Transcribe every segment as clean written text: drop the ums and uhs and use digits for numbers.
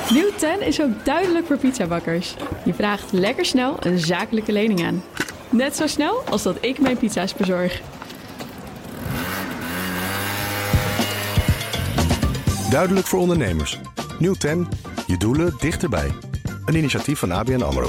Nieuw 10 is ook duidelijk voor pizzabakkers. Je vraagt lekker snel een zakelijke lening aan. Net zo snel als dat ik mijn pizza's bezorg. Duidelijk voor ondernemers. Nieuw 10. Je doelen dichterbij. Een initiatief van ABN AMRO.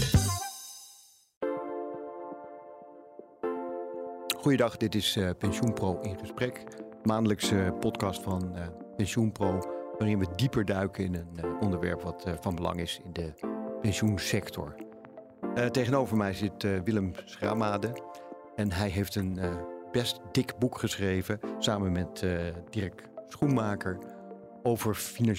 Goeiedag, dit is PensioenPro in gesprek. Maandelijkse podcast van PensioenPro, waarin we dieper duiken in een onderwerp wat van belang is in de pensioensector. Tegenover mij zit Willem Schramade en hij heeft een best dik boek geschreven samen met Dirk Schoenmaker over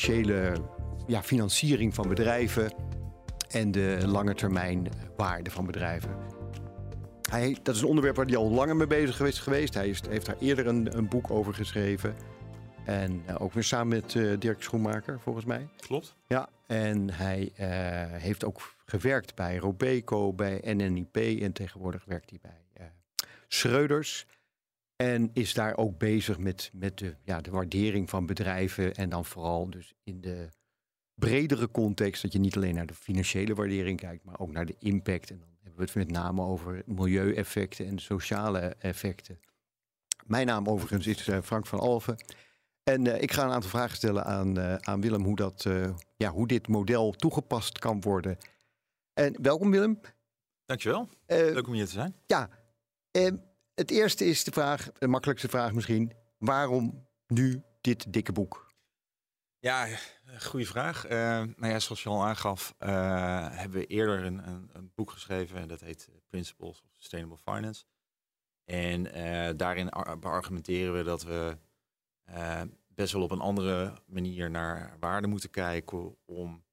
financiering van bedrijven en de lange termijn waarde van bedrijven. Dat is een onderwerp waar hij al langer mee bezig is geweest. Hij heeft daar eerder een boek over geschreven. En ook weer samen met Dirk Schoenmaker, volgens mij. Klopt. Ja, en hij heeft ook gewerkt bij Robeco, bij NNIP. En tegenwoordig werkt hij bij Schreuders. En is daar ook bezig met de waardering van bedrijven. En dan vooral dus in de bredere context. Dat je niet alleen naar de financiële waardering kijkt, maar ook naar de impact. En dan hebben we het met name over milieueffecten en sociale effecten. Mijn naam overigens is Frank van Alphen. En ik ga een aantal vragen stellen aan Willem hoe dit model toegepast kan worden. En welkom Willem. Dankjewel. Leuk om hier te zijn. Ja, het eerste is de makkelijkste vraag misschien. Waarom nu dit dikke boek? Ja, goede vraag. Zoals je al aangaf, hebben we eerder een boek geschreven. En dat heet Principles of Sustainable Finance. En daarin beargumenteren we dat we best wel op een andere manier naar waarde moeten kijken om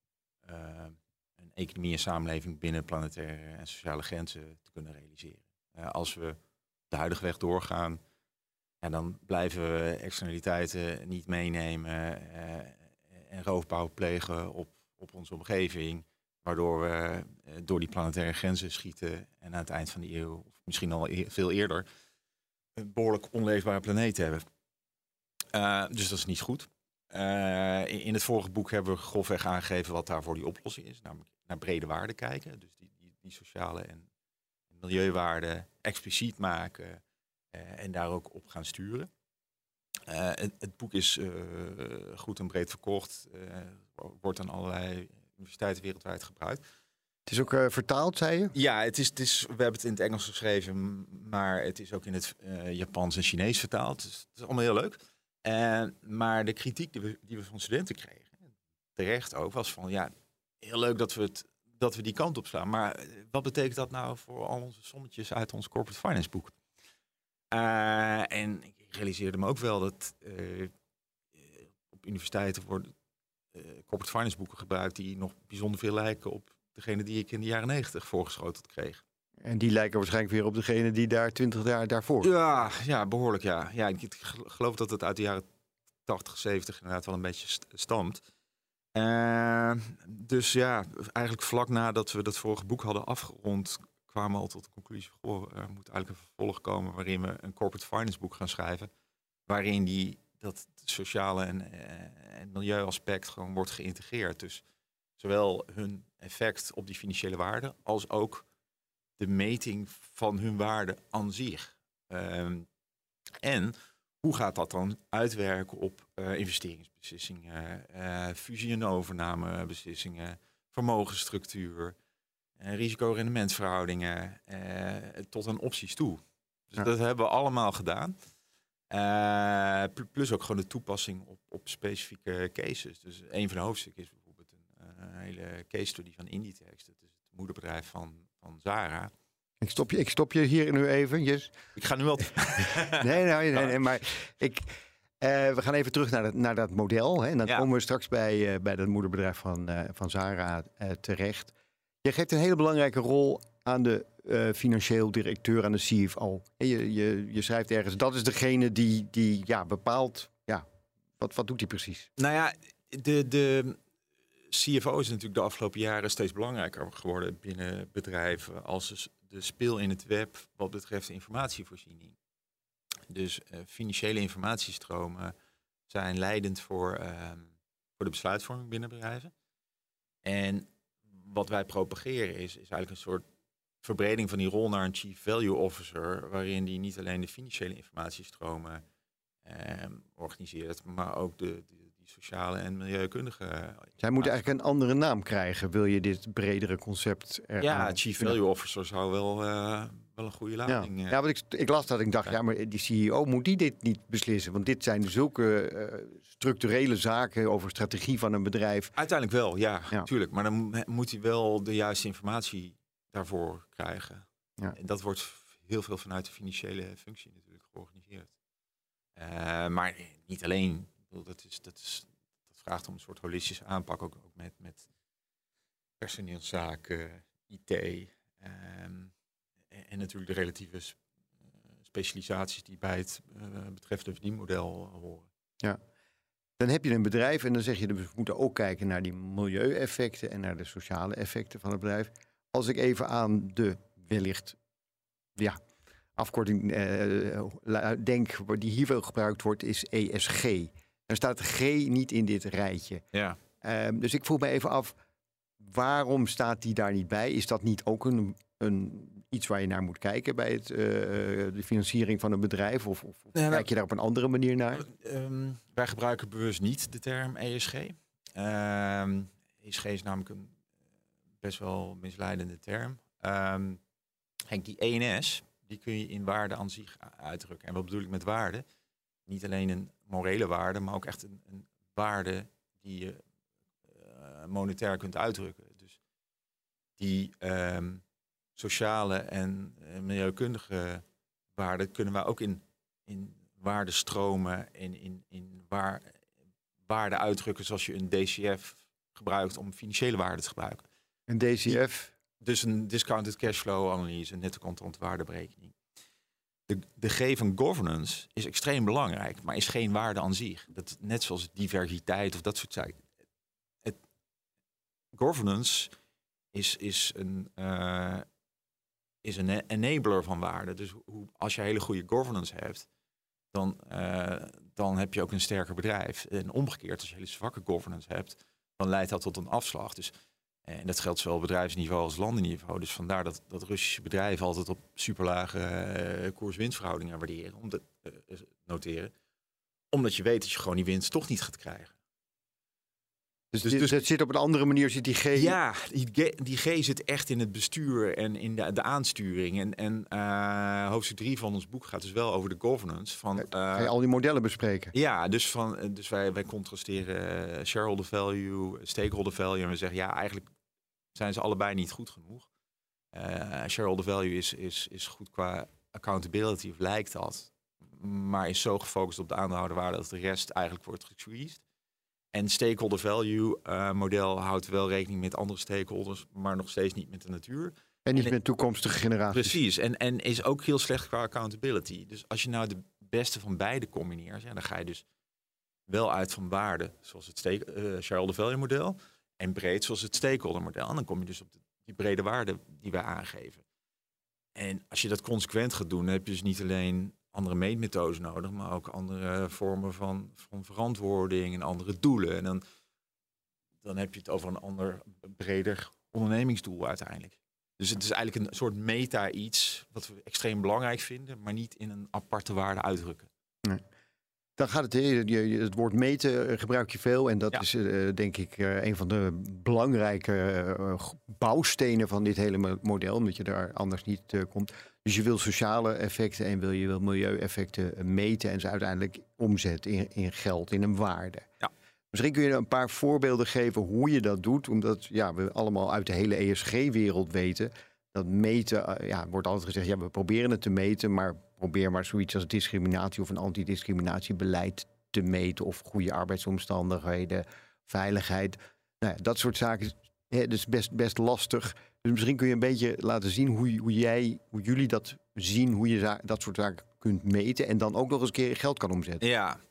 een economie en samenleving binnen planetaire en sociale grenzen te kunnen realiseren. Als we de huidige weg doorgaan, dan blijven we externaliteiten niet meenemen en roofbouw plegen op onze omgeving, waardoor we door die planetaire grenzen schieten en aan het eind van de eeuw, of misschien al veel eerder, een behoorlijk onleefbare planeet hebben. Dus dat is niet goed. In het vorige boek hebben we grofweg aangegeven wat daarvoor die oplossing is. Namelijk naar brede waarden kijken. Dus die sociale en milieuwaarden expliciet maken en daar ook op gaan sturen. Het boek is goed en breed verkocht. Wordt aan allerlei universiteiten wereldwijd gebruikt. Het is ook vertaald, zei je? Ja, we hebben het in het Engels geschreven, maar het is ook in het Japans en Chinees vertaald. Dus het is allemaal heel leuk. Maar de kritiek die we van studenten kregen, terecht ook, was van heel leuk dat we die kant op slaan. Maar wat betekent dat nou voor al onze sommetjes uit ons corporate finance boek? En ik realiseerde me ook wel dat op universiteiten worden corporate finance boeken gebruikt die nog bijzonder veel lijken op degene die ik in de jaren 90 voorgeschoteld kreeg. En die lijken waarschijnlijk weer op degene die daar 20 jaar daarvoor. Ja, behoorlijk ja. Ja, ik geloof dat het uit de jaren 80, 70 inderdaad wel een beetje stamt. Dus ja, eigenlijk vlak nadat we dat vorige boek hadden afgerond, kwamen we al tot de conclusie, er moet eigenlijk een vervolg komen waarin we een corporate finance boek gaan schrijven, waarin dat sociale en milieuaspect gewoon wordt geïntegreerd. Dus zowel hun effect op die financiële waarde als ook de meting van hun waarde aan zich. En hoe gaat dat dan uitwerken op investeringsbeslissingen, fusie- en overnamebeslissingen, vermogensstructuur, risico-rendementverhoudingen, tot aan opties toe. Dus dat hebben we allemaal gedaan. Plus ook gewoon de toepassing op specifieke cases. Dus een van de hoofdstukken is bijvoorbeeld een hele case study van Inditex. Dat is het moederbedrijf van Zara. Ik stop je hier nu even. Yes. Ik ga nu wel. Nee, maar we gaan even terug naar dat model. Hè, en dan komen we straks bij dat moederbedrijf van Zara terecht. Je geeft een hele belangrijke rol aan de financieel directeur, aan de CFO. Je schrijft ergens, dat is degene die bepaalt. Ja, wat doet hij precies? Nou ja, de CFO is natuurlijk de afgelopen jaren steeds belangrijker geworden binnen bedrijven als de speel in het web wat betreft informatievoorziening. Dus financiële informatiestromen zijn leidend voor de besluitvorming binnen bedrijven. En wat wij propageren is eigenlijk een soort verbreding van die rol naar een Chief Value Officer, waarin die niet alleen de financiële informatiestromen organiseert, maar ook die sociale en milieukundige. Zij moeten eigenlijk een andere naam krijgen, wil je dit bredere concept Chief Value Officer zou wel een goede lading. Ja, want ik las dat, ik dacht, maar die CEO, moet die dit niet beslissen? Want dit zijn zulke structurele zaken over strategie van een bedrijf. Uiteindelijk wel, ja, natuurlijk. Maar dan moet hij wel de juiste informatie daarvoor krijgen. Ja. En dat wordt heel veel vanuit de financiële functie natuurlijk georganiseerd. Maar niet alleen. Dat vraagt om een soort holistische aanpak, ook met personeelszaken, IT en natuurlijk de relatieve specialisaties die bij het betreffende verdienmodel horen. Ja. Dan heb je een bedrijf en dan zeg je, we moeten ook kijken naar die milieueffecten en naar de sociale effecten van het bedrijf. Als ik even aan de wellicht afkorting denk, die hier veel gebruikt wordt, is ESG. Dan staat de G niet in dit rijtje. Ja. Dus ik vroeg me even af, waarom staat die daar niet bij? Is dat niet ook iets waar je naar moet kijken bij de financiering van een bedrijf? Of kijk je daar op een andere manier naar? Wij gebruiken bewust niet de term ESG. ESG is namelijk een best wel misleidende term. Die ENS, die kun je in waarde aan zich uitdrukken. En wat bedoel ik met waarde? Niet alleen een morele waarde, maar ook echt een waarde die je monetair kunt uitdrukken. Dus die sociale en milieukundige waarden kunnen we ook in waardestromen en in waarde uitdrukken, zoals je een DCF gebruikt om financiële waarde te gebruiken. Een DCF? Dus een discounted cashflow analyse, een netto contante waardeberekening. De G van governance is extreem belangrijk, maar is geen waarde aan zich. Dat, net zoals diversiteit of dat soort zaken. Governance is een enabler van waarde. Dus als je hele goede governance hebt, dan heb je ook een sterker bedrijf. En omgekeerd, als je hele zwakke governance hebt, dan leidt dat tot een afslag. Dus, en dat geldt zowel op bedrijfsniveau als landenniveau. Dus vandaar dat Russische bedrijven altijd op superlage koers-winstverhoudingen noteren. Omdat je weet dat je gewoon die winst toch niet gaat krijgen. Dus het zit op een andere manier, zit die G... Ja, die G zit echt in het bestuur en in de aansturing. En hoofdstuk 3 van ons boek gaat dus wel over de governance. Ga je al die modellen bespreken? Ja, dus wij contrasteren shareholder value, stakeholder value. En we zeggen, ja, eigenlijk zijn ze allebei niet goed genoeg. Shareholder value is goed qua accountability, of lijkt dat. Maar is zo gefocust op de aandeelhouderwaarde dat de rest eigenlijk wordt gesqueezed. En stakeholder value model houdt wel rekening met andere stakeholders, maar nog steeds niet met de natuur. En niet met toekomstige generaties. Precies, en is ook heel slecht qua accountability. Dus als je nou de beste van beide combineert, dan ga je dus wel uit van waarde, zoals het shareholder value model, en breed, zoals het stakeholder model. En dan kom je dus op die brede waarde die wij aangeven. En als je dat consequent gaat doen, dan heb je dus niet alleen andere meetmethodes nodig, maar ook andere vormen van verantwoording en andere doelen. En dan heb je het over een ander, breder ondernemingsdoel uiteindelijk. Dus het is eigenlijk een soort meta-iets wat we extreem belangrijk vinden, maar niet in een aparte waarde uitdrukken. Nee. Dan gaat het woord meten gebruik je veel. En dat is denk ik een van de belangrijke bouwstenen van dit hele model. Omdat je daar anders niet komt. Dus je wil sociale effecten en je wil milieueffecten meten. En ze uiteindelijk omzetten in geld, in een waarde. Ja. Misschien kun je een paar voorbeelden geven hoe je dat doet. Omdat we allemaal uit de hele ESG-wereld weten. Dat meten, wordt altijd gezegd, we proberen het te meten, maar probeer maar zoiets als discriminatie of een antidiscriminatiebeleid te meten of goede arbeidsomstandigheden, veiligheid. Dat soort zaken is best lastig. Dus misschien kun je een beetje laten zien hoe jullie dat zien, hoe je dat soort zaken kunt meten en dan ook nog eens een keer geld kan omzetten. Ja,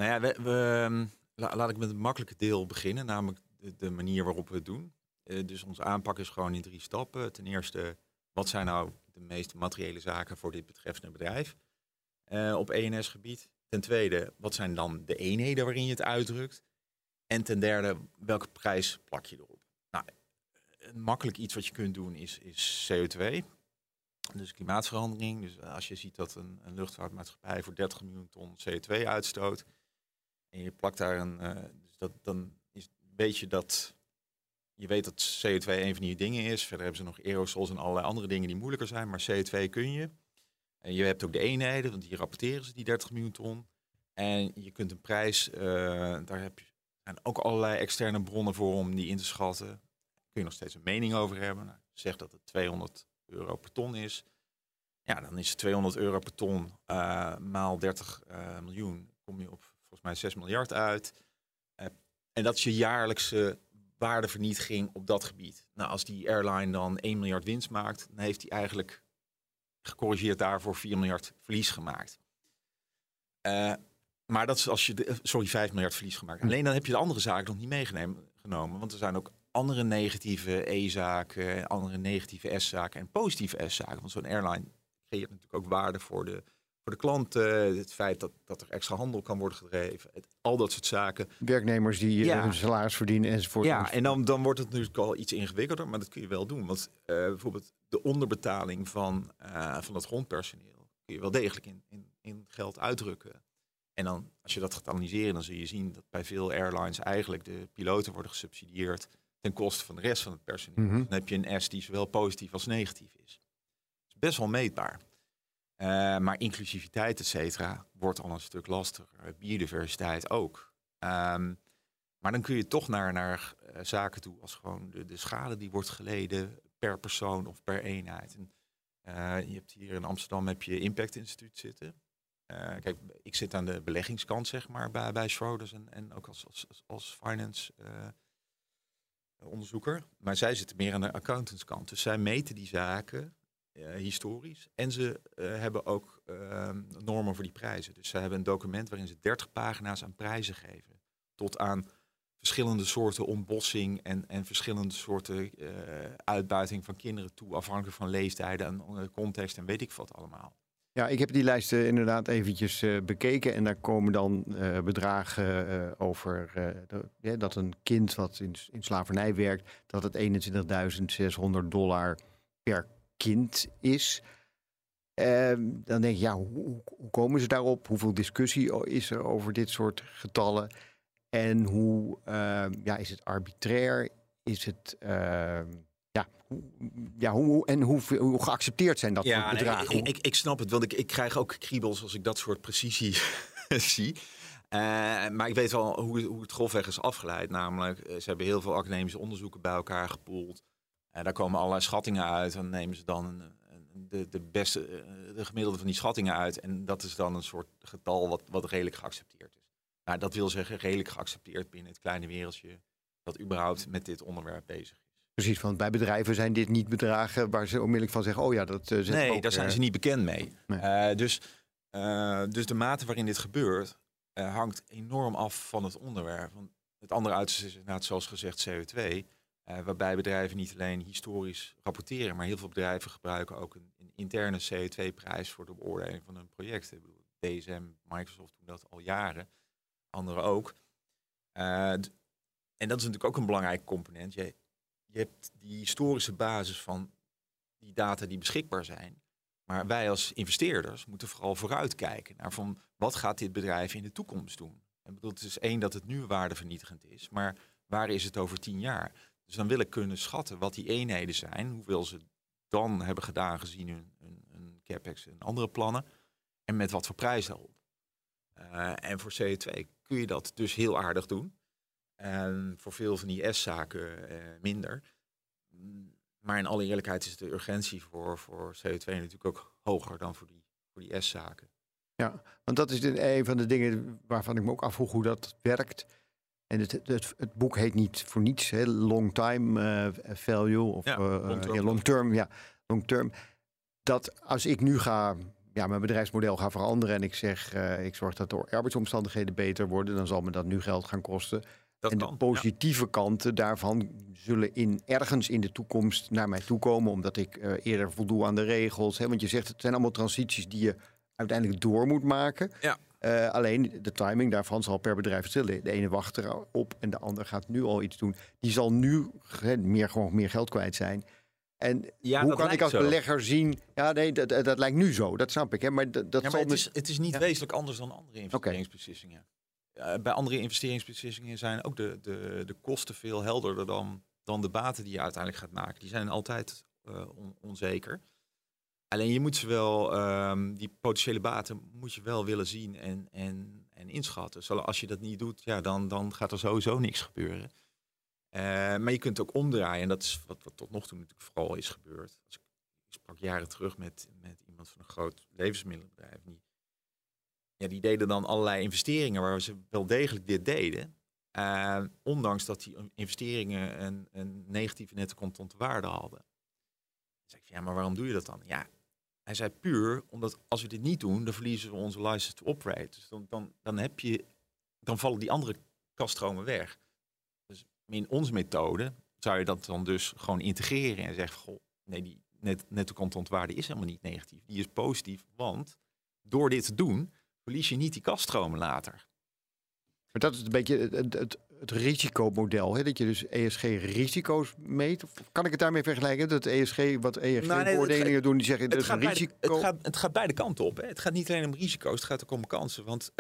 laat ik met het makkelijke deel beginnen, namelijk de manier waarop we het doen. Dus onze aanpak is gewoon in 3 stappen. Ten eerste, wat zijn nou de meest materiële zaken voor dit betreffende bedrijf op ENS-gebied? Ten tweede, wat zijn dan de eenheden waarin je het uitdrukt? En ten derde, welke prijs plak je erop? Nou, een makkelijk iets wat je kunt doen is CO2. Dus klimaatverandering. Dus als je ziet dat een luchtvaartmaatschappij voor 30 miljoen ton CO2 uitstoot. En je plakt daar dan weet je dat... Je weet dat CO2 een van die dingen is. Verder hebben ze nog aerosols en allerlei andere dingen die moeilijker zijn. Maar CO2 kun je. En je hebt ook de eenheden, want die rapporteren ze, die 30 miljoen ton. En je kunt een prijs, daar zijn ook allerlei externe bronnen voor om die in te schatten. Daar kun je nog steeds een mening over hebben. Nou, zeg dat het €200 per ton is. Ja, dan is het €200 per ton maal 30 miljoen. Kom je op volgens mij 6 miljard uit. En dat is je jaarlijkse waardevernietiging op dat gebied. Nou, als die airline dan 1 miljard winst maakt, dan heeft hij eigenlijk gecorrigeerd daarvoor 4 miljard verlies gemaakt. Maar dat is als je 5 miljard verlies gemaakt. Alleen dan heb je de andere zaken nog niet meegenomen. Want er zijn ook andere negatieve E-zaken, andere negatieve S-zaken en positieve S-zaken. Want zo'n airline creëert natuurlijk ook waarde voor de klanten. Het feit dat er extra handel kan worden gedreven. Al dat soort zaken. Werknemers die hun salaris verdienen enzovoort. Ja, en dan wordt het natuurlijk al iets ingewikkelder. Maar dat kun je wel doen. Want bijvoorbeeld de onderbetaling van dat grondpersoneel kun je wel degelijk in geld uitdrukken. En dan, als je dat gaat analyseren, dan zul je zien dat bij veel airlines eigenlijk de piloten worden gesubsidieerd ten koste van de rest van het personeel. Mm-hmm. Dan heb je een S die zowel positief als negatief is. Dat is best wel meetbaar. Maar inclusiviteit, et cetera, wordt al een stuk lastiger. Biodiversiteit ook. Maar dan kun je toch naar zaken toe als gewoon de schade die wordt geleden per persoon of per eenheid. En, je hebt hier in Amsterdam heb je Impact Instituut zitten. Kijk, ik zit aan de beleggingskant, zeg maar, bij Schroders en ook als finance onderzoeker. Maar zij zitten meer aan de accountantskant. Dus zij meten die zaken historisch. En ze hebben ook normen voor die prijzen. Dus zij hebben een document waarin ze 30 pagina's aan prijzen geven. Tot aan verschillende soorten ontbossing en verschillende soorten uitbuiting van kinderen toe. Afhankelijk van leeftijden en context en weet ik wat allemaal. Ja, ik heb die lijst inderdaad eventjes bekeken. En daar komen dan bedragen over dat een kind wat in slavernij werkt, dat het $21.600 per kind is. Dan denk je, ja, hoe komen ze daarop? Hoeveel discussie is er over dit soort getallen? En hoe is het arbitrair? Is het hoe geaccepteerd zijn dat soort bedragen? Ik snap het, want ik krijg ook kriebels als ik dat soort precisie zie. Maar ik weet wel hoe het grofweg is afgeleid. Namelijk, ze hebben heel veel academische onderzoeken bij elkaar gepoeld. Daar komen allerlei schattingen uit. Dan nemen ze dan de gemiddelde van die schattingen uit. En dat is dan een soort getal wat redelijk geaccepteerd is. Nou, dat wil zeggen redelijk geaccepteerd binnen het kleine wereldje dat überhaupt met dit onderwerp bezig is. Precies, want bij bedrijven zijn dit niet bedragen waar ze onmiddellijk van zeggen, oh ja, dat zit nee, ook, daar zijn ze niet bekend mee. Nee. Dus de mate waarin dit gebeurt hangt enorm af van het onderwerp. Want het andere uiterste is inderdaad, zoals gezegd, CO2. Waarbij bedrijven niet alleen historisch rapporteren, maar heel veel bedrijven gebruiken ook een interne CO2-prijs voor de beoordeling van hun projecten. Ik bedoel, DSM, Microsoft doen dat al jaren, anderen ook. En dat is natuurlijk ook een belangrijke component. Je hebt die historische basis van die data die beschikbaar zijn. Maar wij als investeerders moeten vooral vooruitkijken naar van wat gaat dit bedrijf in de toekomst doen. Ik bedoel, het is één dat het nu waardevernietigend is, maar waar is het over 10 jaar? Dus dan wil ik kunnen schatten wat die eenheden zijn, hoeveel ze dan hebben gedaan gezien hun capex en andere plannen. En met wat voor prijs daarop. En voor CO2 kun je dat dus heel aardig doen. En voor veel van die S-zaken minder. Maar in alle eerlijkheid is de urgentie voor CO2 natuurlijk ook hoger dan voor die S-zaken. Ja, want dat is een van de dingen waarvan ik me ook afvroeg hoe dat werkt. En het boek heet niet voor niets, hè, long time value of long term. Dat als ik nu mijn bedrijfsmodel ga veranderen en ik zeg, ik zorg dat de arbeidsomstandigheden beter worden, dan zal me dat nu geld gaan kosten. De positieve kanten daarvan zullen ergens in de toekomst naar mij toe komen, omdat ik eerder voldoe aan de regels. Hè? Want je zegt, het zijn allemaal transities die je uiteindelijk door moet maken. Ja. Alleen de timing daarvan zal per bedrijf verschillen. De ene wacht erop en de ander gaat nu al iets doen. Die zal nu gewoon meer geld kwijt zijn. En hoe kan ik als belegger zien... Ja, nee, dat lijkt nu zo. Dat snap ik. Hè? Maar het is niet wezenlijk anders dan andere investeringsbeslissingen. Bij andere investeringsbeslissingen zijn ook de kosten veel helderder dan de baten die je uiteindelijk gaat maken. Die zijn altijd onzeker. Alleen je moet ze wel, die potentiële baten moet je wel willen zien en inschatten. Als je dat niet doet, dan gaat er sowieso niks gebeuren. Maar je kunt het ook omdraaien. En dat is wat tot nog toe natuurlijk vooral is gebeurd. Ik sprak jaren terug met iemand van een groot levensmiddelenbedrijf. Die deden dan allerlei investeringen waar ze wel degelijk dit deden. Ondanks dat die investeringen een negatieve netto contante waarde hadden. Dan zei ik, maar waarom doe je dat dan? Ja, hij zei puur omdat als we dit niet doen, dan verliezen we onze license to operate. Dus dan vallen die andere kaststromen weg. Dus in onze methode zou je dat dan dus gewoon integreren en zeggen, goh, nee, die netto contante waarde is helemaal niet negatief. Die is positief, want door dit te doen, verlies je niet die kaststromen later. Maar dat is een beetje het risicomodel, hè? Dat je dus ESG-risico's meet. Of kan ik het daarmee vergelijken? Dat ESG, wat ESG-beoordelingen doen, die zeggen dat is een risico. Het gaat beide kanten op. Hè? Het gaat niet alleen om risico's, het gaat ook om kansen. Want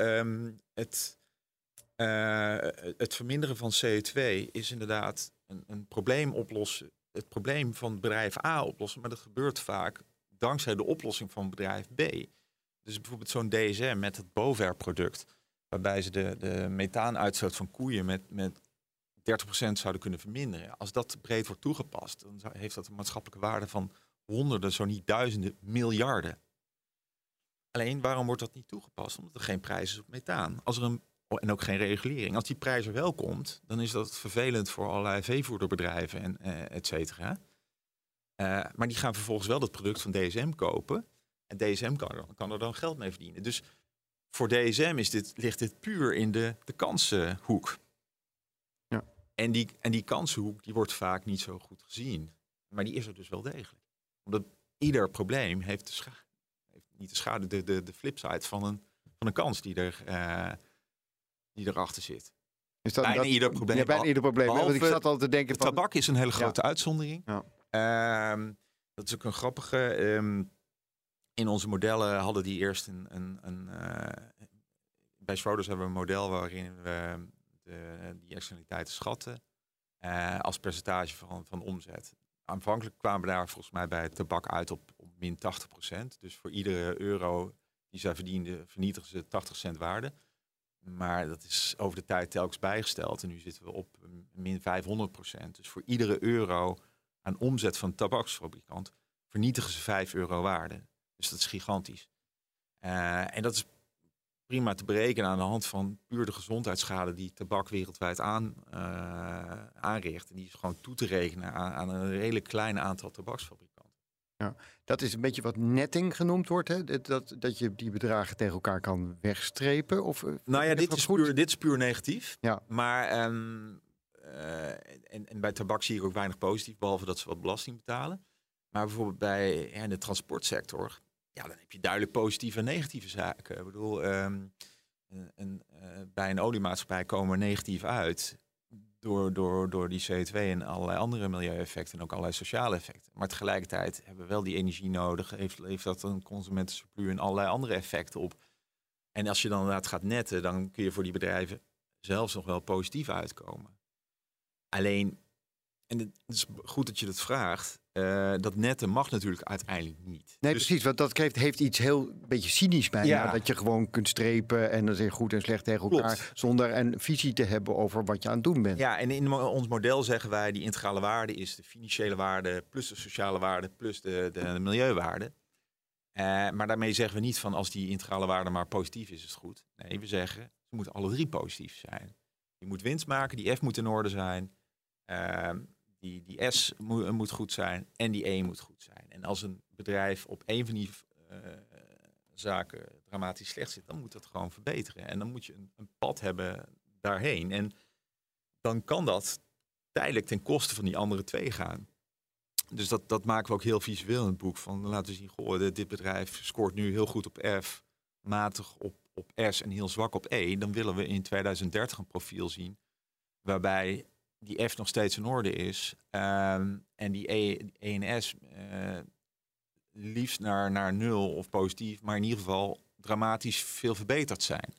het verminderen van CO2 is inderdaad een probleem oplossen. Het probleem van bedrijf A oplossen, maar dat gebeurt vaak dankzij de oplossing van bedrijf B. Dus bijvoorbeeld zo'n DSM met het Bovaer-product, waarbij ze de methaanuitstoot van koeien met 30% zouden kunnen verminderen. Als dat breed wordt toegepast, dan heeft dat een maatschappelijke waarde van honderden, zo niet duizenden, miljarden. Alleen, waarom wordt dat niet toegepast? Omdat er geen prijs is op methaan. En ook geen regulering. Als die prijs er wel komt, dan is dat vervelend voor allerlei veevoederbedrijven en et cetera. Maar die gaan vervolgens wel dat product van DSM kopen. En DSM kan er dan geld mee verdienen. Dus voor DSM ligt dit puur in de kansenhoek. Ja. En die kansenhoek die wordt vaak niet zo goed gezien. Maar die is er dus wel degelijk. Omdat ieder probleem heeft niet de schade, de flipside van een kans die erachter zit. Is dat bijna ieder probleem. Ja, bijna ieder probleem. Want ik zat al te denken van, tabak is een hele grote uitzondering. Ja. Dat is ook een grappige. In onze modellen hadden die eerst bij Schroders hebben we een model waarin we die externaliteiten schatten als percentage van omzet. Aanvankelijk kwamen we daar volgens mij bij het tabak uit op min 80%. Dus voor iedere euro die zij verdienden, vernietigen ze 80 cent waarde. Maar dat is over de tijd telkens bijgesteld. En nu zitten we op min 500%. Dus voor iedere euro aan omzet van een tabaksfabrikant vernietigen ze 5 euro waarde. Dus dat is gigantisch. En dat is prima te berekenen aan de hand van puur de gezondheidsschade die tabak wereldwijd aanricht. En die is gewoon toe te rekenen aan een redelijk klein aantal tabaksfabrikanten. Ja, dat is een beetje wat netting genoemd wordt, hè? Dat je die bedragen tegen elkaar kan wegstrepen? Of, dit is puur negatief. Ja. Maar en bij tabak zie ik ook weinig positief, behalve dat ze wat belasting betalen. Maar bijvoorbeeld bij de transportsector, dan heb je duidelijk positieve en negatieve zaken. Ik bedoel, bij een oliemaatschappij komen we negatief uit door die CO2 en allerlei andere milieueffecten en ook allerlei sociale effecten. Maar tegelijkertijd hebben we wel die energie nodig, heeft dat een consumentensurplus en allerlei andere effecten op. En als je dan inderdaad gaat netten, dan kun je voor die bedrijven zelfs nog wel positief uitkomen. Alleen, en het is goed dat je dat vraagt, dat netten mag natuurlijk uiteindelijk niet. Nee, dus, precies, want dat heeft iets heel beetje cynisch bij. Ja. Dat je gewoon kunt strepen en dat is goed en slecht tegen elkaar. Klopt. Zonder een visie te hebben over wat je aan het doen bent. Ja, en in ons model zeggen wij die integrale waarde is de financiële waarde plus de sociale waarde plus de milieuwaarde. Maar daarmee zeggen we niet van als die integrale waarde maar positief is het goed. Nee, we zeggen ze moeten alle drie positief zijn. Je moet winst maken, die F moet in orde zijn. Die S moet goed zijn en die E moet goed zijn. En als een bedrijf op één van die zaken dramatisch slecht zit, dan moet dat gewoon verbeteren. En dan moet je een pad hebben daarheen. En dan kan dat tijdelijk ten koste van die andere twee gaan. Dus dat maken we ook heel visueel in het boek. Van laten we zien, dit bedrijf scoort nu heel goed op F, matig op S en heel zwak op E, dan willen we in 2030 een profiel zien waarbij die F nog steeds in orde is en die E en S liefst naar 0 of positief, maar in ieder geval dramatisch veel verbeterd zijn.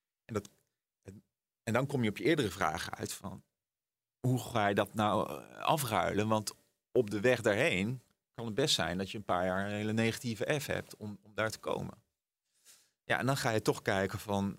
En dan kom je op je eerdere vragen uit van hoe ga je dat nou afruilen? Want op de weg daarheen kan het best zijn dat je een paar jaar een hele negatieve F hebt om daar te komen. Ja, en dan ga je toch kijken van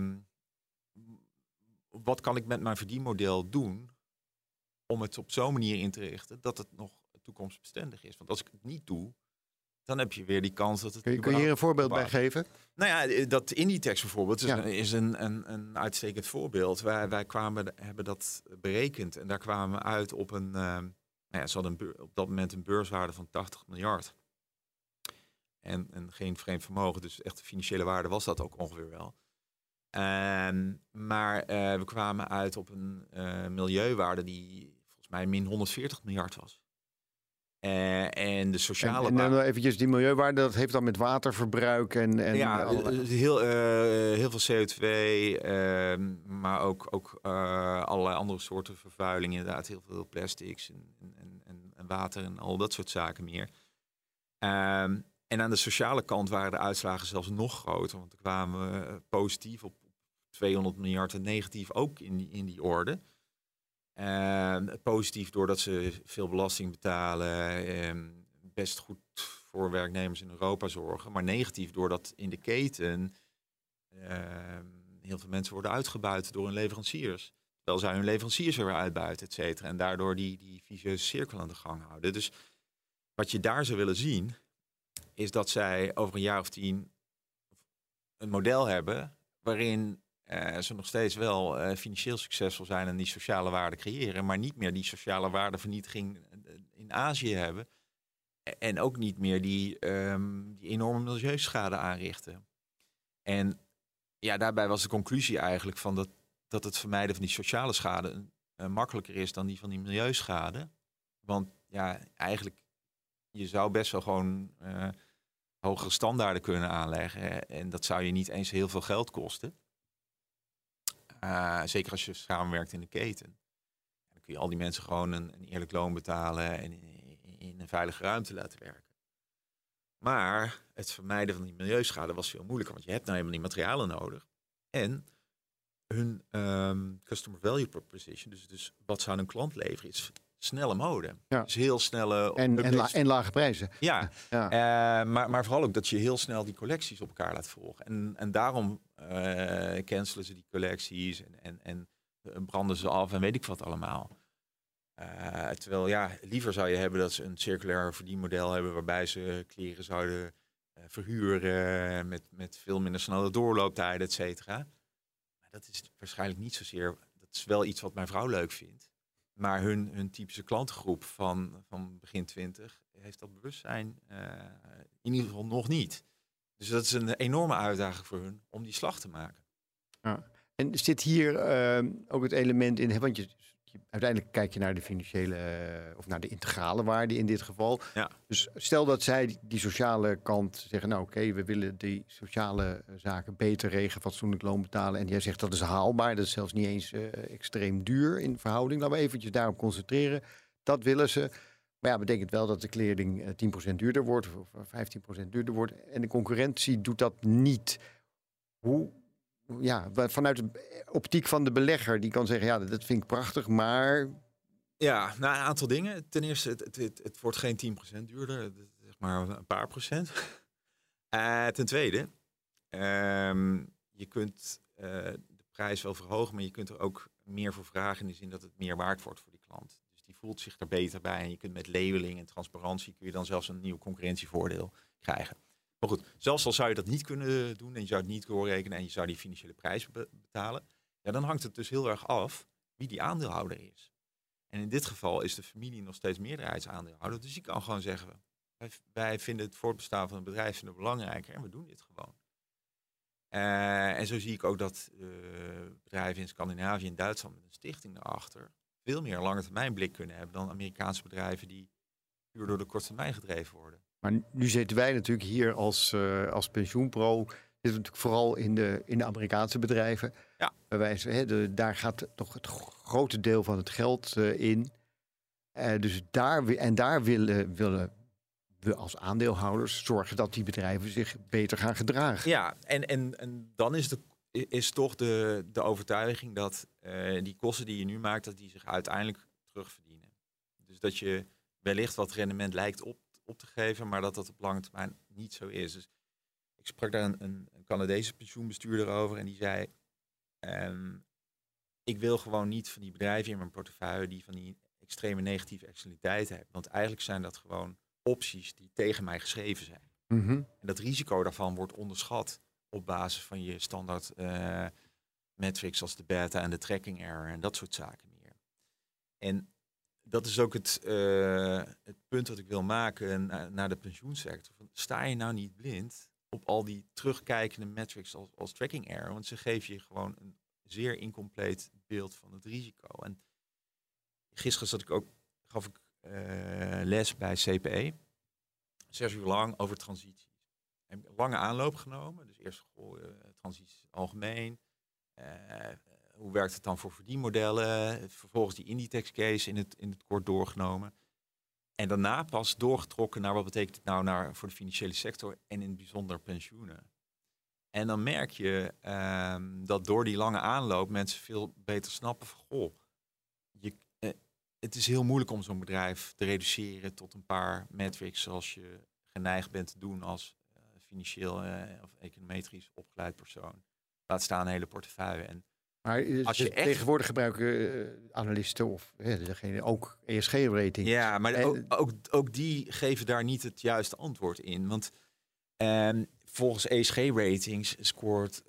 wat kan ik met mijn verdienmodel doen om het op zo'n manier in te richten dat het nog toekomstbestendig is. Want als ik het niet doe, dan heb je weer die kans dat het... Kun je hier een voorbeeld bij geven? Nou ja, dat Inditex bijvoorbeeld is een uitstekend voorbeeld. Wij hebben dat berekend en daar kwamen we uit op een... ze hadden op dat moment een beurswaarde van 80 miljard. En geen vreemd vermogen, dus echt de financiële waarde was dat ook ongeveer wel. Maar we kwamen uit op een milieuwaarde die volgens mij min 140 miljard was. En de sociale en dan eventjes die milieuwaarde, dat heeft dan met waterverbruik en heel veel CO2, maar ook allerlei andere soorten vervuiling, inderdaad heel veel plastics en water en al dat soort zaken meer. En aan de sociale kant waren de uitslagen zelfs nog groter, want er kwamen positief op 200 miljard en negatief ook in die orde. Positief doordat ze veel belasting betalen, best goed voor werknemers in Europa zorgen. Maar negatief doordat in de keten heel veel mensen worden uitgebuit door hun leveranciers. Terwijl zij hun leveranciers er weer uitbuiten, et cetera. En daardoor die vicieuze cirkel aan de gang houden. Dus wat je daar zou willen zien, is dat zij over een jaar of 10 een model hebben waarin ze nog steeds wel financieel succesvol zijn en die sociale waarde creëren, maar niet meer die sociale waardevernietiging in Azië hebben. En ook niet meer die enorme milieuschade aanrichten. En ja, daarbij was de conclusie eigenlijk van dat het vermijden van die sociale schade makkelijker is dan die van die milieuschade. Want ja, eigenlijk, je zou best wel gewoon hogere standaarden kunnen aanleggen. En dat zou je niet eens heel veel geld kosten. Zeker als je samenwerkt in de keten. Dan kun je al die mensen gewoon een eerlijk loon betalen en in een veilige ruimte laten werken. Maar het vermijden van die milieuschade was veel moeilijker, want je hebt nou helemaal die materialen nodig. En hun customer value proposition, dus wat zou een klant leveren, is snelle mode. Ja. Dus heel snelle... En lage prijzen. Ja, maar vooral ook dat je heel snel die collecties op elkaar laat volgen. En daarom cancelen ze die collecties en branden ze af en weet ik wat allemaal. Terwijl ja, liever zou je hebben dat ze een circulair verdienmodel hebben waarbij ze kleren zouden verhuren met veel minder snelle doorlooptijden, et cetera. Maar dat is waarschijnlijk niet zozeer... Dat is wel iets wat mijn vrouw leuk vindt. Maar hun typische klantengroep van begin 20 heeft dat bewustzijn in ieder geval nog niet. Dus dat is een enorme uitdaging voor hun om die slag te maken. Ja. En zit hier ook het element in, want uiteindelijk kijk je naar de financiële of naar de integrale waarde in dit geval. Ja. Dus stel dat zij die sociale kant zeggen, nou oké, we willen die sociale zaken beter regelen, fatsoenlijk loon betalen. En jij zegt dat is haalbaar, dat is zelfs niet eens extreem duur in verhouding. Laten we eventjes daarop concentreren. Dat willen ze. Maar ja, betekent wel dat de kleding 10% duurder wordt of 15% duurder wordt. En de concurrentie doet dat niet. Vanuit de optiek van de belegger, die kan zeggen, ja, dat vind ik prachtig, maar... Ja, nou, een aantal dingen. Ten eerste, het wordt geen 10% duurder, zeg maar een paar procent. Ten tweede, je kunt de prijs wel verhogen, maar je kunt er ook meer voor vragen in de zin dat het meer waard wordt voor die klant. Dus die voelt zich er beter bij en je kunt met labeling en transparantie kun je dan zelfs een nieuw concurrentievoordeel krijgen. Maar goed, zelfs al zou je dat niet kunnen doen en je zou het niet doorrekenen en je zou die financiële prijs betalen, ja, dan hangt het dus heel erg af wie die aandeelhouder is. En in dit geval is de familie nog steeds meerderheidsaandeelhouder. Dus die kan gewoon zeggen, wij vinden het voortbestaan van het bedrijf belangrijker en we doen dit gewoon. En zo zie ik ook dat bedrijven in Scandinavië en Duitsland met een stichting daarachter veel meer lange termijn blik kunnen hebben dan Amerikaanse bedrijven die puur door de korte termijn gedreven worden. Maar nu zitten wij natuurlijk hier als pensioenpro, Dit is natuurlijk vooral in de Amerikaanse bedrijven. Ja. Daar gaat toch het grote deel van het geld in. Dus daar willen we als aandeelhouders zorgen dat die bedrijven zich beter gaan gedragen. Ja, en dan is toch de overtuiging dat die kosten die je nu maakt, dat die zich uiteindelijk terugverdienen. Dus dat je wellicht wat rendement lijkt op te geven, maar dat op lange termijn niet zo is. Dus ik sprak daar een Canadese pensioenbestuurder over en die zei, ik wil gewoon niet van die bedrijven in mijn portefeuille die van die extreme negatieve externaliteiten hebben. Want eigenlijk zijn dat gewoon opties die tegen mij geschreven zijn. Mm-hmm. En dat risico daarvan wordt onderschat op basis van je standaard metrics als de beta en de tracking error en dat soort zaken meer. En dat is ook het punt dat ik wil maken naar de pensioensector. Sta je nou niet blind op al die terugkijkende metrics als tracking error? Want ze geven je gewoon een zeer incompleet beeld van het risico. En gisteren gaf ik les bij CPE. 6 uur lang over transities. Ik heb een lange aanloop genomen. Dus eerst transities algemeen. Hoe werkt het dan voor verdienmodellen? Vervolgens die Inditex case in het kort doorgenomen. En daarna pas doorgetrokken naar wat betekent het nou voor de financiële sector en in het bijzonder pensioenen. En dan merk je dat door die lange aanloop mensen veel beter snappen van goh, het is heel moeilijk om zo'n bedrijf te reduceren tot een paar metrics zoals je geneigd bent te doen als financieel of econometrisch opgeleid persoon. Laat staan een hele portefeuille. En maar als je tegenwoordig gebruiken analisten of degene ook ESG-rating. Ja, maar ook die geven daar niet het juiste antwoord in. Want volgens ESG-ratings scoort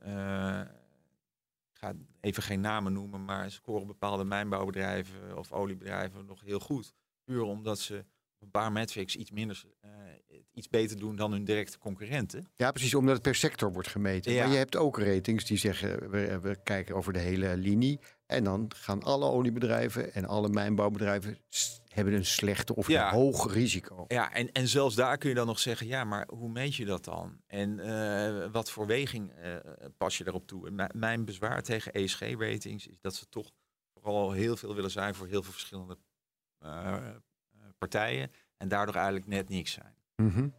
ik ga even geen namen noemen, maar scoren bepaalde mijnbouwbedrijven of oliebedrijven nog heel goed. Puur omdat ze een paar metrics iets beter doen dan hun directe concurrenten. Ja, precies, omdat het per sector wordt gemeten. Ja. Maar je hebt ook ratings die zeggen, we kijken over de hele linie. En dan gaan alle oliebedrijven en alle mijnbouwbedrijven hebben een slechte of een hoog risico. Ja, en zelfs daar kun je dan nog zeggen, ja, maar hoe meet je dat dan? En wat voor weging pas je daarop toe? En mijn bezwaar tegen ESG-ratings is dat ze toch vooral heel veel willen zijn voor heel veel verschillende partijen. En daardoor eigenlijk net niks zijn. Mm-hmm.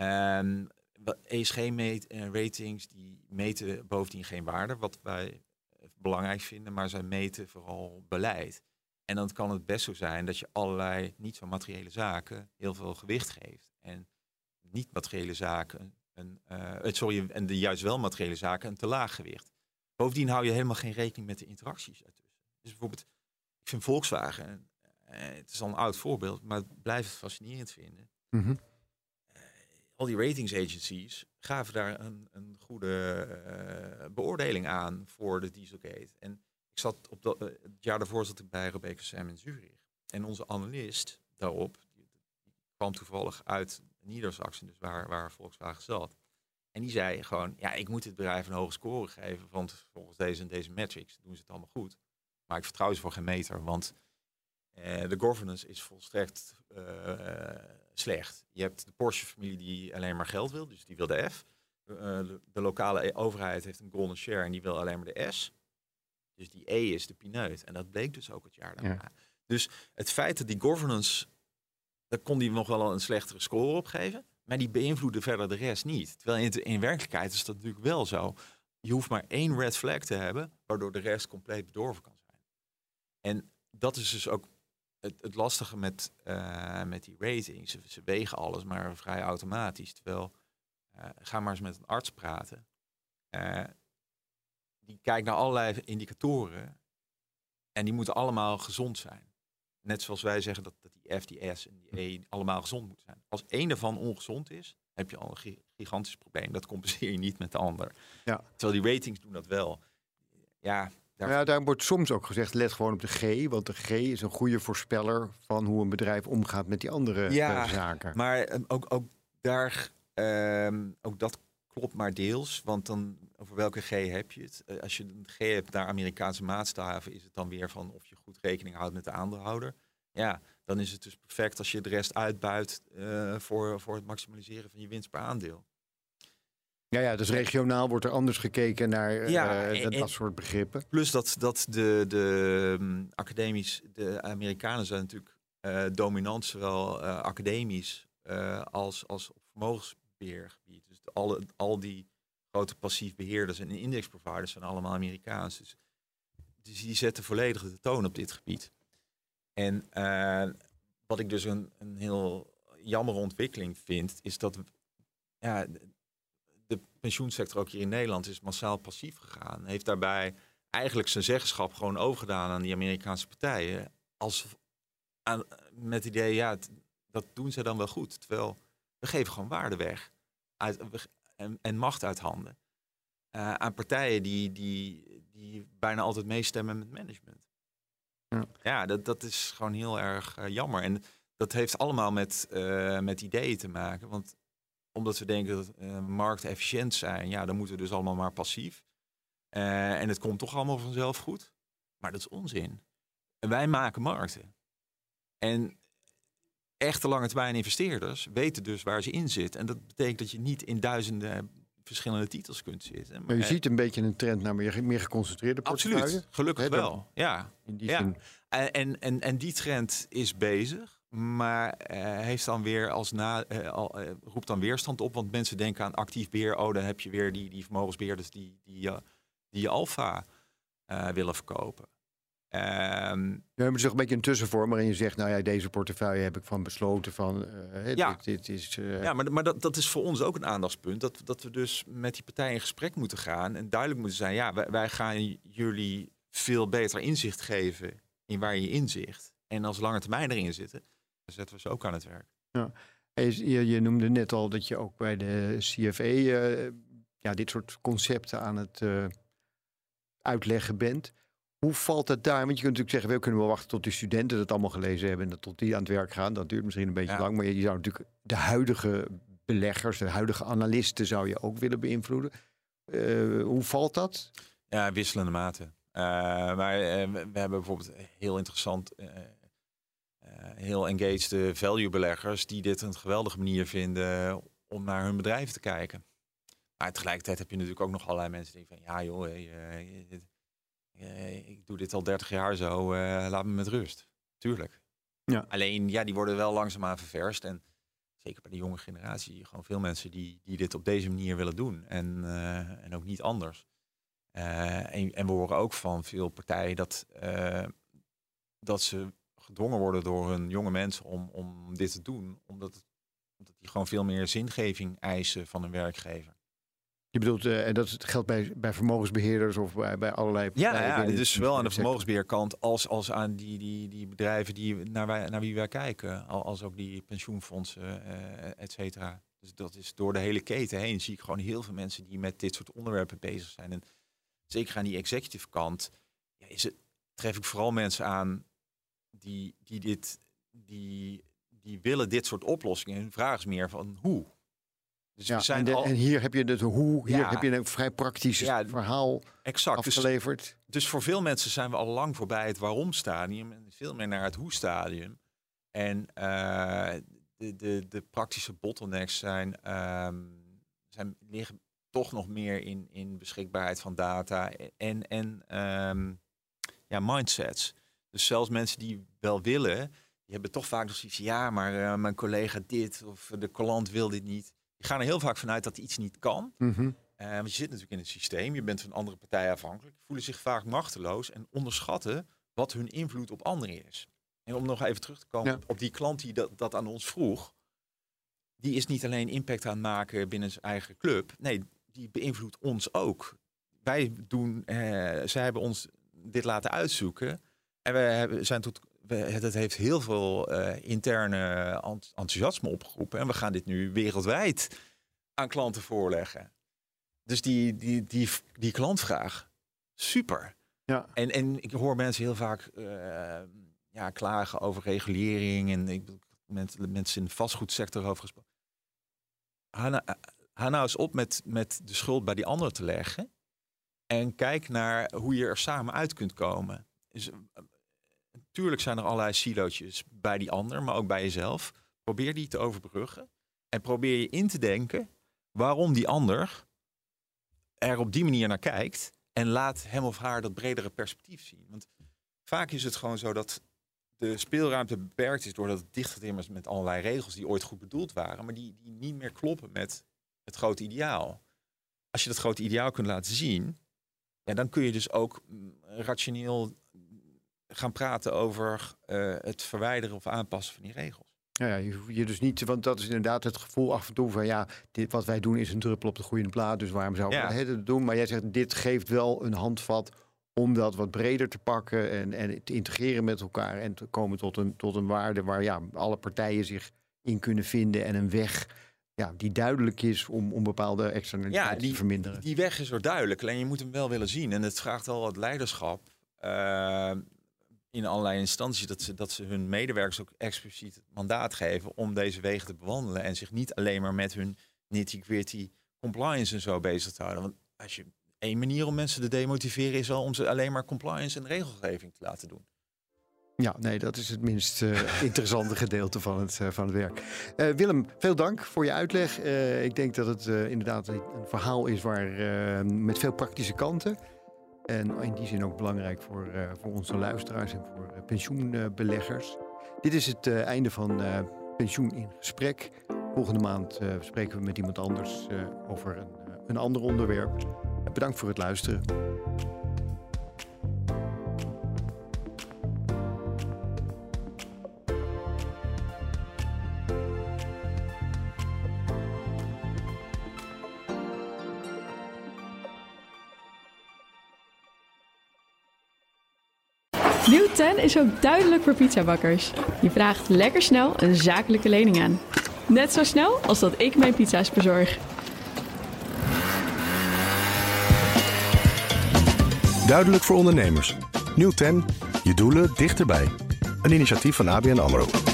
ESG-ratings die meten bovendien geen waarde, wat wij belangrijk vinden, maar zij meten vooral beleid. En dan kan het best zo zijn dat je allerlei niet zo materiële zaken heel veel gewicht geeft. En niet-materiële zaken, en de juist wel materiële zaken een te laag gewicht. Bovendien hou je helemaal geen rekening met de interacties ertussen. Dus bijvoorbeeld, ik vind Volkswagen, het is al een oud voorbeeld, maar ik blijf het fascinerend vinden. Mm-hmm. Al die ratings agencies gaven daar een goede beoordeling aan voor de Dieselgate. En ik zat het jaar daarvoor zat ik bij Rebecca Sam in Zurich. En onze analist daarop, die kwam toevallig uit Niedersachsen, dus waar Volkswagen zat. En die zei gewoon, ja, ik moet dit bedrijf een hoge score geven, want volgens deze en deze metrics doen ze het allemaal goed. Maar ik vertrouw ze voor geen meter, want de governance is volstrekt slecht. Je hebt de Porsche-familie die alleen maar geld wil, dus die wil de F. De lokale overheid heeft een golden share en die wil alleen maar de S. Dus die E is de pineut. En dat bleek dus ook het jaar daarna. Ja. Dus het feit dat die governance, daar kon die nog wel een slechtere score op geven, maar die beïnvloedde verder de rest niet. Terwijl in werkelijkheid is dat natuurlijk wel zo. Je hoeft maar 1 red flag te hebben, waardoor de rest compleet bedorven kan zijn. En dat is dus ook het lastige met die ratings. Ze wegen alles maar vrij automatisch. Terwijl, ga maar eens met een arts praten. Die kijkt naar allerlei indicatoren. En die moeten allemaal gezond zijn. Net zoals wij zeggen dat die F, die S en die E allemaal gezond moeten zijn. Als één daarvan ongezond is, heb je al een gigantisch probleem. Dat compenseer je niet met de ander. Ja. Terwijl die ratings doen dat wel. Ja, daar wordt soms ook gezegd, let gewoon op de G. Want de G is een goede voorspeller van hoe een bedrijf omgaat met die andere zaken. Maar ook dat klopt maar deels. Want dan, over welke G heb je het? Als je een G hebt naar Amerikaanse maatstaven, is het dan weer van of je goed rekening houdt met de aandeelhouder. Ja, dan is het dus perfect als je de rest uitbuit voor het maximaliseren van je winst per aandeel. Ja, dus regionaal wordt er anders gekeken naar Ja, dat soort begrippen. Plus dat de Amerikanen zijn natuurlijk dominant, zowel academisch als op vermogensbeheergebied. Dus al die grote passief beheerders en indexproviders zijn allemaal Amerikaans. Dus die zetten volledig de toon op dit gebied. En wat ik dus een heel jammere ontwikkeling vind, is dat de pensioensector ook hier in Nederland is massaal passief gegaan. Heeft daarbij eigenlijk zijn zeggenschap gewoon overgedaan aan die Amerikaanse partijen. Met het idee, dat doen ze dan wel goed. Terwijl we geven gewoon waarde weg. En macht uit handen. Aan partijen die bijna altijd meestemmen met management. Ja, dat is gewoon heel erg jammer. En dat heeft allemaal met ideeën te maken. Want omdat we denken dat markten efficiënt zijn, dan moeten we dus allemaal maar passief. En het komt toch allemaal vanzelf goed. Maar dat is onzin. En wij maken markten. En echte lange termijn investeerders weten dus waar ze in zitten. En dat betekent dat je niet in duizenden verschillende titels kunt zitten. Maar je ziet een beetje een trend naar meer geconcentreerde portefeuille. Absoluut, gelukkig wel. Ja. In die zin. En die trend is bezig. Maar heeft dan weer roept dan weerstand op. Want mensen denken aan actief beheer. Dan heb je weer die vermogensbeheerders die alfa willen verkopen. We hebben toch een beetje een tussenvorm waarin je zegt, deze portefeuille heb ik van besloten van. Dit is. Ja, maar dat is voor ons ook een aandachtspunt. Dat we dus met die partijen in gesprek moeten gaan en duidelijk moeten zijn. Wij gaan jullie veel beter inzicht geven in waar je inzicht. En als lange termijn erin zitten, dan zetten we ze ook aan het werk. Ja. Je noemde net al dat je ook bij de CFE dit soort concepten aan het uitleggen bent. Hoe valt het daar? Want je kunt natuurlijk zeggen, we kunnen wel wachten tot de studenten dat allemaal gelezen hebben en tot die aan het werk gaan. Dat duurt misschien een beetje lang, maar je zou natuurlijk de huidige beleggers, de huidige analisten zou je ook willen beïnvloeden. Hoe valt dat? Ja, wisselende mate. Maar we hebben bijvoorbeeld heel interessant, heel engaged value-beleggers die dit een geweldige manier vinden om naar hun bedrijf te kijken. Maar tegelijkertijd heb je natuurlijk ook nog allerlei mensen die denken van, ik doe dit al 30 jaar zo, laat me met rust. Tuurlijk. Ja. Alleen, die worden wel langzaamaan ververst. En zeker bij de jonge generatie, gewoon veel mensen die dit op deze manier willen doen. En ook niet anders. En we horen ook van veel partijen dat ze gedwongen worden door hun jonge mensen om dit te doen. Omdat die gewoon veel meer zingeving eisen van hun werkgever. Je bedoelt, en dat geldt bij vermogensbeheerders of bij allerlei partijen? Ja, dus zowel aan de vermogensbeheerkant als aan die bedrijven naar wie wij kijken. Als ook die pensioenfondsen, et cetera. Dus dat is door de hele keten heen zie ik gewoon heel veel mensen die met dit soort onderwerpen bezig zijn. En zeker aan die executive kant tref ik vooral mensen aan die willen dit soort oplossingen. Hun vraag is meer van hoe. Dus en hier heb je het hoe, heb je een vrij praktisch verhaal afgeleverd. Dus voor veel mensen zijn we al lang voorbij het waarom-stadium en veel meer naar het hoe-stadium. En de praktische bottlenecks liggen toch nog meer in beschikbaarheid van data en mindsets. Dus zelfs mensen die wel willen, die hebben toch vaak nog zoiets maar mijn collega dit of de klant wil dit niet. Die gaan er heel vaak vanuit dat iets niet kan. Mm-hmm. Want je zit natuurlijk in het systeem. Je bent van andere partijen afhankelijk. Voelen zich vaak machteloos en onderschatten wat hun invloed op anderen is. En om nog even terug te komen op die klant die dat aan ons vroeg. Die is niet alleen impact aan het maken binnen zijn eigen club. Nee, die beïnvloedt ons ook. Zij hebben ons dit laten uitzoeken. En het heeft heel veel interne enthousiasme opgeroepen. En we gaan dit nu wereldwijd aan klanten voorleggen. Dus die klantvraag, super. Ja. En ik hoor mensen heel vaak klagen over regulering. En ik mensen in de vastgoedsector over gesproken. Ga nou eens op met de schuld bij die ander te leggen. En kijk naar hoe je er samen uit kunt komen. Dus, natuurlijk zijn er allerlei silootjes bij die ander, maar ook bij jezelf. Probeer die te overbruggen. En probeer je in te denken waarom die ander er op die manier naar kijkt en laat hem of haar dat bredere perspectief zien. Want vaak is het gewoon zo dat de speelruimte beperkt is doordat het dichtgetimmerd is met allerlei regels die ooit goed bedoeld waren, maar die niet meer kloppen met het grote ideaal. Als je dat grote ideaal kunt laten zien, dan kun je dus ook rationeel gaan praten over het verwijderen of aanpassen van die regels. Ja, je dus niet, want dat is inderdaad het gevoel af en toe van dit wat wij doen is een druppel op de groeiende plaat, dus waarom zou ik het doen? Maar jij zegt, dit geeft wel een handvat om dat wat breder te pakken en te integreren met elkaar en te komen tot een waarde waar alle partijen zich in kunnen vinden en een weg die duidelijk is om bepaalde externaliteiten te verminderen. Die weg is er duidelijk, alleen je moet hem wel willen zien. En het vraagt wel wat leiderschap in allerlei instanties dat ze hun medewerkers ook expliciet het mandaat geven om deze wegen te bewandelen en zich niet alleen maar met hun nitty-gritty compliance en zo bezig te houden. Want als je één manier om mensen te demotiveren is wel om ze alleen maar compliance en regelgeving te laten doen. Ja, nee, dat is het minst interessante gedeelte van het werk. Willem, veel dank voor je uitleg. Ik denk dat het inderdaad een verhaal is met veel praktische kanten. En in die zin ook belangrijk voor onze luisteraars en voor pensioenbeleggers. Dit is het einde van Pensioen in Gesprek. Volgende maand spreken we met iemand anders over een ander onderwerp. Bedankt voor het luisteren. Nieuw 10 is ook duidelijk voor pizzabakkers. Je vraagt lekker snel een zakelijke lening aan. Net zo snel als dat ik mijn pizza's bezorg. Duidelijk voor ondernemers. Nieuw 10, je doelen dichterbij. Een initiatief van ABN AMRO.